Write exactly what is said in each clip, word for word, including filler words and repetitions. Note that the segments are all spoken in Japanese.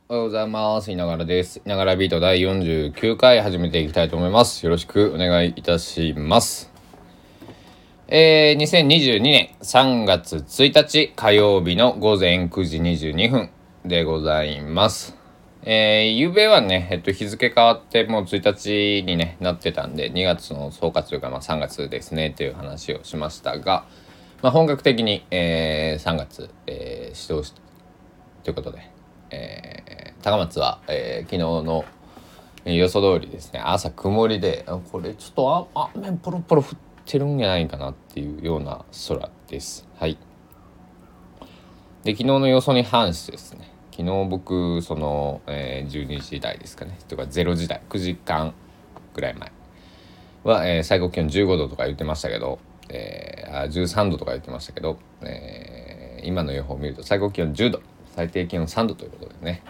おはようございます。いながらです。いながらビートだいよんじゅうきゅうかい始めていきたいと思います。よろしくお願いいたします。えー、にせんにじゅうにねんさんがつついたち火曜日のごぜんくじにじゅうにふんでございます。えー、ゆうべはね、えっと、日付変わってもうついたちに、ね、なってたんで、にがつの総括というか、まあ、さんがつですねという話をしましたが、まあ、本格的に、えー、さんがつ、えー、始動しということで、えー、高松は、えー、昨日の予想通りですね、朝曇りで、これちょっとあ雨ポロポロ降ってるんじゃないかなっていうような空です。はい。で、昨日の予想に反してですね、昨日僕その、えー、じゅうにじ台ですかね、とかゼロじ台くじかんぐらい前は、えー、最高気温じゅうごどとか言ってましたけど、えー、あじゅうさんどとか言ってましたけど、えー、今の予報を見ると最高気温じゅうど、最低気温さんどということでね、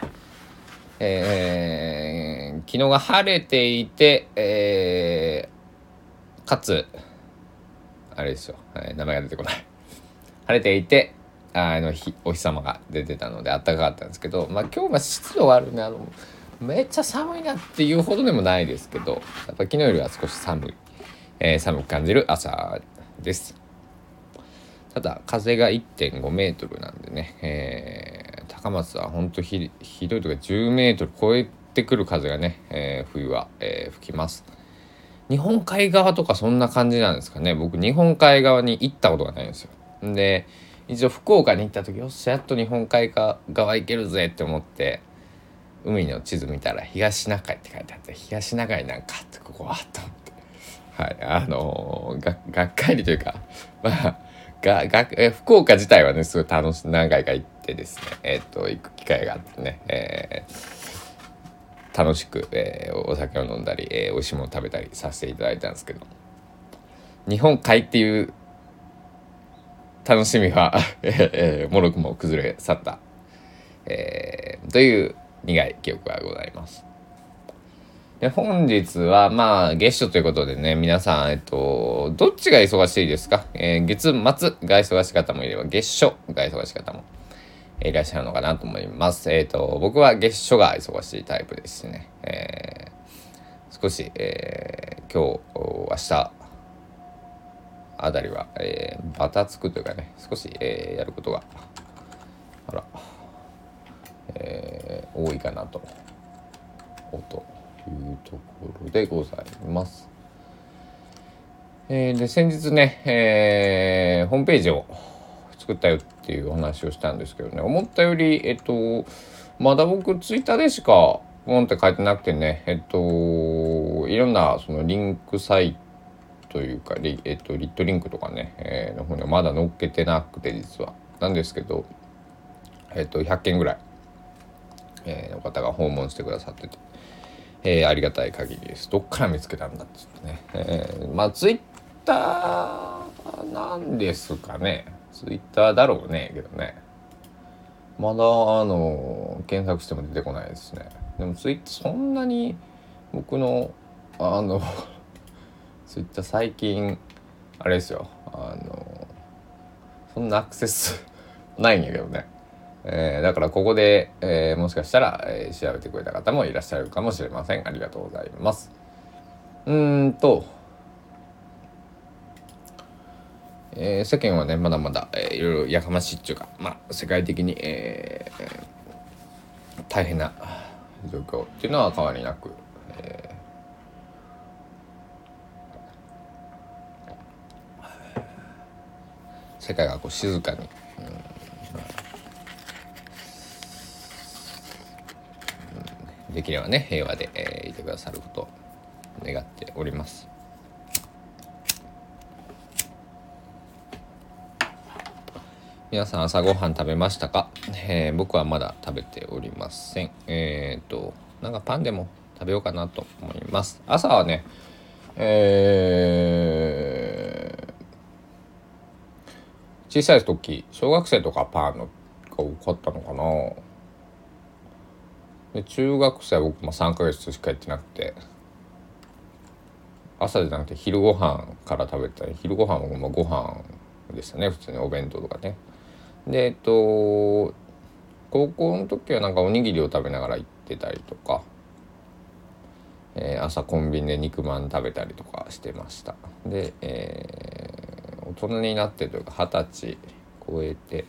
えー、昨日が晴れていて、えー、かつあれですよ、はい、名前が出てこない晴れていてあの日お日様が出てたので暖かかったんですけど、まあ今日は湿度があるね、あのめっちゃ寒いなっていうほどでもないですけど、やっぱ昨日よりは少し寒い、えー、寒く感じる朝です。ただ風が いってんごメートルなんでね、えー、高松は本当ひひどいとかじゅうメートル超えてくる風がね、えー、冬は、えー、吹きます。日本海側とかそんな感じなんですかね。僕日本海側に行ったことがないんですよ。で一応福岡に行った時、よっしゃやっと日本海側行けるぜって思って海の地図見たら東シナ海って書いてあって、東シナ海なんかってここはと思って、はい、あのー、ががっかりというか、まあががえ福岡自体はねすごい楽しい、何回か行ってですね、えっと行く機会があってね、えー、楽しく、えー、お酒を飲んだり、えー、美味しいものを食べたりさせていただいたんですけど、日本海っていう楽しみはえー、もろくも崩れ去った、えー、という苦い記憶がございます。で本日はまあ月初ということでね、皆さんえっとどっちが忙しいですか？えー、月末が忙しい方もいれば月初が忙しい方もいらっしゃるのかなと思います。えっと僕は月初が忙しいタイプですね。えー、少し、えー、今日明日あたりは、えー、バタつくというかね、少し、えー、やることがあら、えー、多いかなとというところでございます。えー、で先日ね、えー、ホームページを作ったよっていうお話をしたんですけどね、思ったよりえっとまだ僕ツイッターでしかポンって書いてなくてね、えっといろんなそのリンクサイトというかリ,、えっと、リットリンクとかね、えー、の方にはまだ載っけてなくて、実はなんですけど、えっとひゃっけんぐらい、えー、の方が訪問してくださってて、えー、ありがたい限りです。どっから見つけたんだっつってね、えー、まあツイッターなんですかね、ツイッターだろうねけどね、まだあの検索しても出てこないですね。でもツイッターそんなに僕のあのツイッター最近あれですよ、あのそんなアクセスないんやけどね、えー、だからここで、えー、もしかしたら、えー、調べてくれた方もいらっしゃるかもしれません。ありがとうございます。うーんと、えー、世間はねまだまだ、えー、いろいろやかましいっていうか、まあ世界的に、えー、大変な状況っていうのは変わりなく、えー、世界がこう静かに、うん、できればね平和で、えー、いてくださることを願っております。皆さん朝ごはん食べましたか？えー、僕はまだ食べておりません。えーとなんかパンでも食べようかなと思います。朝はね、えー、小さい時小学生とかパンのが多かったのかな。で中学生は僕もさんかげつしかやってなくて、朝じゃなくて昼ご飯から食べたり、昼ご飯もご飯でしたね、普通にお弁当とかね。でえっと高校の時はなんかおにぎりを食べながら行ってたりとか、えー、朝コンビニで肉まん食べたりとかしてました。で、えー、大人になってというか二十歳超えて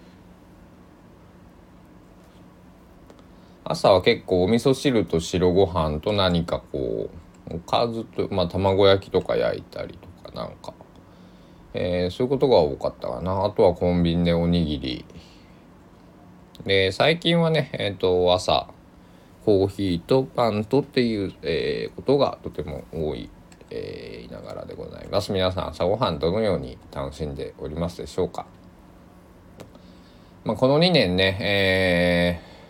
朝は結構お味噌汁と白ご飯と何かこうおかずと、まあ卵焼きとか焼いたりとかなんか、えー、そういうことが多かったかな。あとはコンビニでおにぎりで、最近はね、えっと朝コーヒーとパンとっていう、えー、ことがとても多い、えー、いながらでございます。皆さん朝ごはんどのように楽しんでおりますでしょうか。まあ、このにねんね、えー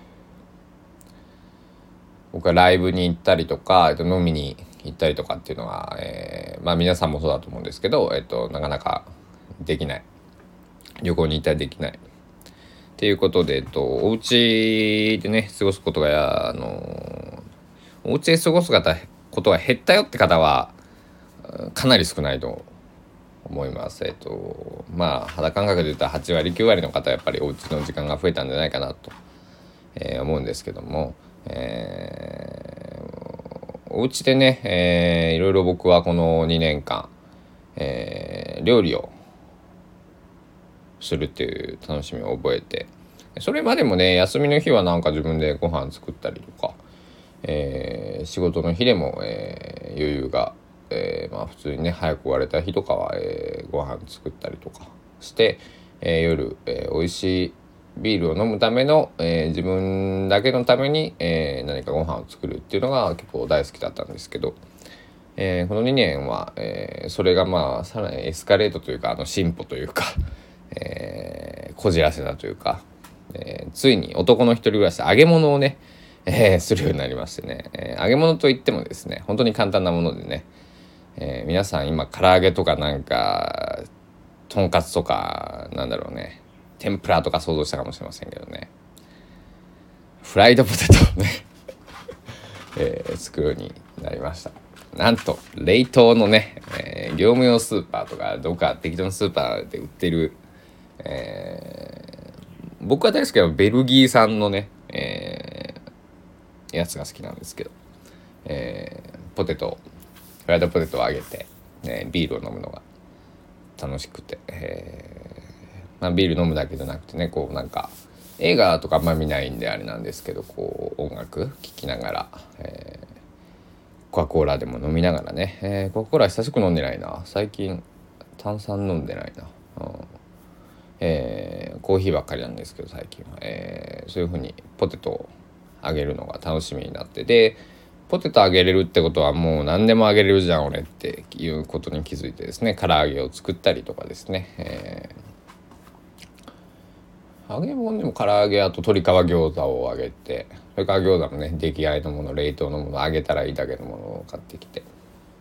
僕はライブに行ったりとか、えっと、飲みに行ったりとかっていうのは、えー、まあ皆さんもそうだと思うんですけど、えっと、なかなかできない。旅行に行ったりできない。っていうことで、えっと、お家でね、過ごすことが、あの、お家で過ごす方ことが減ったよって方は、かなり少ないと思います。えっと、まあ、肌感覚で言ったらはちわりきゅうわりの方はやっぱりお家の時間が増えたんじゃないかなと、えー、思うんですけども、えー、お家でね、えー、いろいろ僕はこのにねんかん、えー、料理をするっていう楽しみを覚えて、それまでもね休みの日はなんか自分でご飯作ったりとか、えー、仕事の日でも、えー、余裕が、えー、まあ普通にね早く終われた日とかは、えー、ご飯作ったりとかして、えー、夜、えー、美味しいビールを飲むための、えー、自分だけのために、えー、何かご飯を作るっていうのが結構大好きだったんですけど、えー、このにねんは、えー、それがまあさらにエスカレートというかあの進歩というか、えー、こじらせたというか、えー、ついに男の一人暮らしで揚げ物をね、えー、するようになりましてね、えー、揚げ物といってもですね本当に簡単なものでね、えー、皆さん今唐揚げとかなんかとんかつとかなんだろうね天ぷらとか想像したかもしれませんけどね、フライドポテトをね、えー、作るようになりました。なんと冷凍のね、えー、業務用スーパーとかどっか適当なスーパーで売ってる、えー、僕は大好きなベルギー産のね、えー、やつが好きなんですけど、えー、ポテトフライドポテトを揚げて、ね、ビールを飲むのが楽しくて、えーまあ、ビール飲むだけじゃなくてねこうなんか映画とかあんまり見ないんであれなんですけどこう音楽聴きながら、えー、コカ・コーラでも飲みながらね、えー、コカ・コーラ久しく飲んでないな最近炭酸飲んでないな、うんえー、コーヒーばっかりなんですけど最近は、えー、そういう風にポテトを揚げるのが楽しみになってでポテト揚げれるってことはもう何でも揚げれるじゃん俺っていうことに気づいてですね唐揚げを作ったりとかですね、えー、揚げ物でも唐揚げあと鶏皮餃子を揚げて鶏皮餃子もね出来合いのもの冷凍のもの揚げたらいいだけのものを買ってきて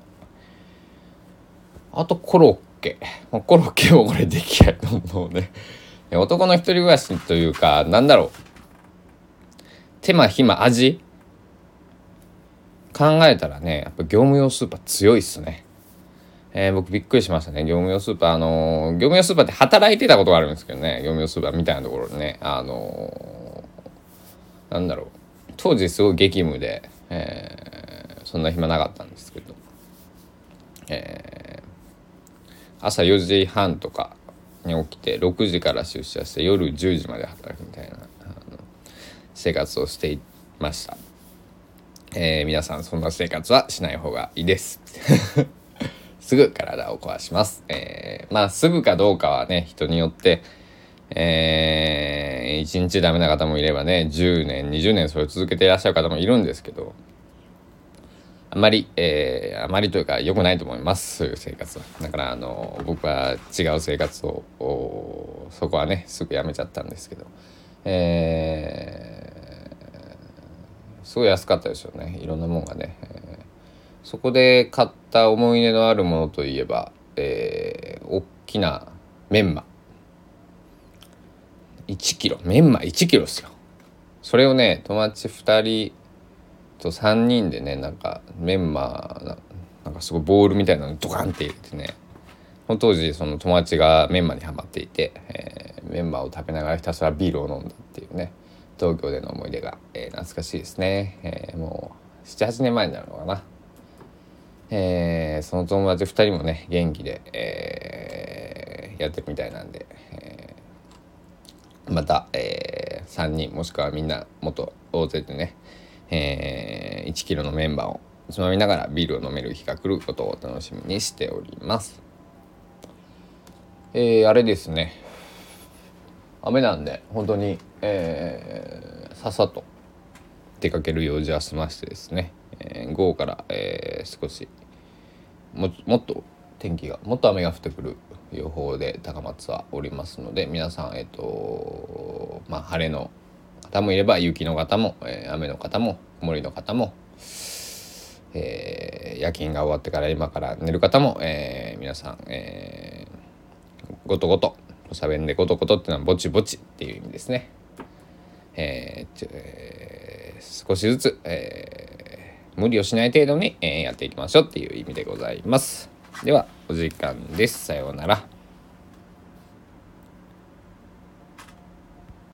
あとコロッケコロッケもこれ出来合いのものをね男の一人暮らしというかなんだろう手間暇味考えたらねやっぱ業務用スーパー強いっすね、えー、僕びっくりしましたね業務用スーパーあのー、業務用スーパーって働いてたことがあるんですけどね業務用スーパーみたいなところでねあのー、なんだろう当時すごい激務で、えー、そんな暇なかったんですけど、えー、朝よじはんとかに起きてろくじから出社して夜じゅうじまで働くみたいなあの生活をしていました。えー、皆さんそんな生活はしない方がいいですすぐ体を壊します、えー、まあすぐかどうかはね人によって、えー、いちにちダメな方もいればねじゅうねんにじゅうねんそれを続けていらっしゃる方もいるんですけどあまり、えー、あまりというか良くないと思いますそういう生活は。だからあの僕は違う生活をそこはねすぐやめちゃったんですけど、えーすごい安かったですよねいろんなもんがね、えー、そこで買った思い出のあるものといえば、えー、大きなメンマいちキロメンマいちキロですよ。それをね友達ふたりとさんにんでねなんかメンマなんかすごいボールみたいなのドカンって入れてね当時その友達がメンマにハマっていて、えー、メンマを食べながらひたすらビールを飲んだっていうね東京での思い出が、えー、懐かしいですね、えー、もう ななはちねんまえになるのかな。えー、その友達ふたりもね元気で、えー、やってるみたいなんで、えー、また、えー、さんにんもしくはみんなもっと大勢でね、えー、いちキロのメンバーをつまみながらビールを飲める日が来ることを楽しみにしております。えー、あれですね、雨なんで本当に、えー、さっさと出かける用事は済ましてですね、えー、午後から、えー、少しも, もっと天気がもっと雨が降ってくる予報で高松はおりますので、皆さん、えーとまあ、晴れの方もいれば雪の方も、えー、雨の方も曇りの方も、えー、夜勤が終わってから今から寝る方も、えー、皆さん、えー、ごとごとおしゃべんでごとごとっていうのはぼちぼちっていう意味ですね。えーえー、少しずつ、えー、無理をしない程度に、えー、やっていきましょうっていう意味でございます。ではお時間です。さようなら。